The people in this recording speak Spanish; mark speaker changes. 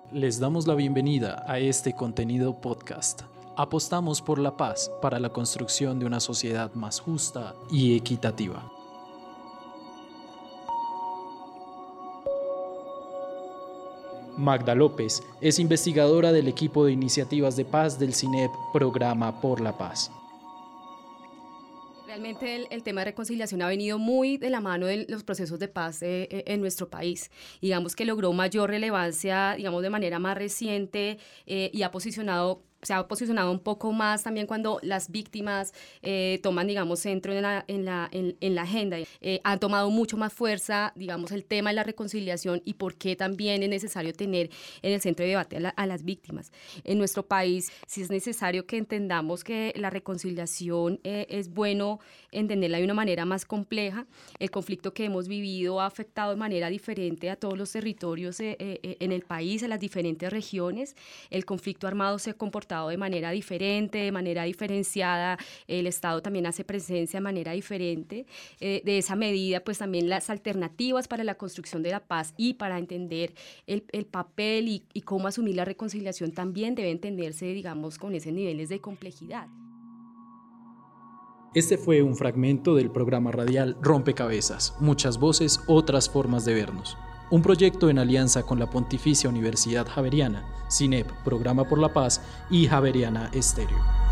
Speaker 1: Les damos la bienvenida a este contenido podcast. Apostamos por la paz para la construcción de una sociedad más justa y equitativa. Magda López es investigadora del equipo de iniciativas de paz del CINEP Programa por la Paz.
Speaker 2: Realmente el tema de reconciliación ha venido muy de la mano de los procesos de paz en nuestro país. Digamos que logró mayor relevancia, digamos, de manera más reciente y se ha posicionado un poco más también cuando las víctimas toman, digamos, centro en la agenda. Ha tomado mucho más fuerza, digamos, el tema de la reconciliación y por qué también es necesario tener en el centro de debate a las víctimas. En nuestro país sí es necesario que entendamos que la reconciliación es bueno entenderla de una manera más compleja. El conflicto que hemos vivido ha afectado de manera diferente a todos los territorios en el país, a las diferentes regiones. El conflicto armado se ha comportado de manera diferente, de manera diferenciada. El Estado también hace presencia de manera diferente. De esa medida, pues también las alternativas para la construcción de la paz y para entender el papel y cómo asumir la reconciliación también debe entenderse, digamos, con esos niveles de complejidad.
Speaker 1: Este fue un fragmento del programa radial Rompecabezas, muchas voces, otras formas de vernos. Un proyecto en alianza con la Pontificia Universidad Javeriana, CINEP Programa por la Paz y Javeriana Estéreo.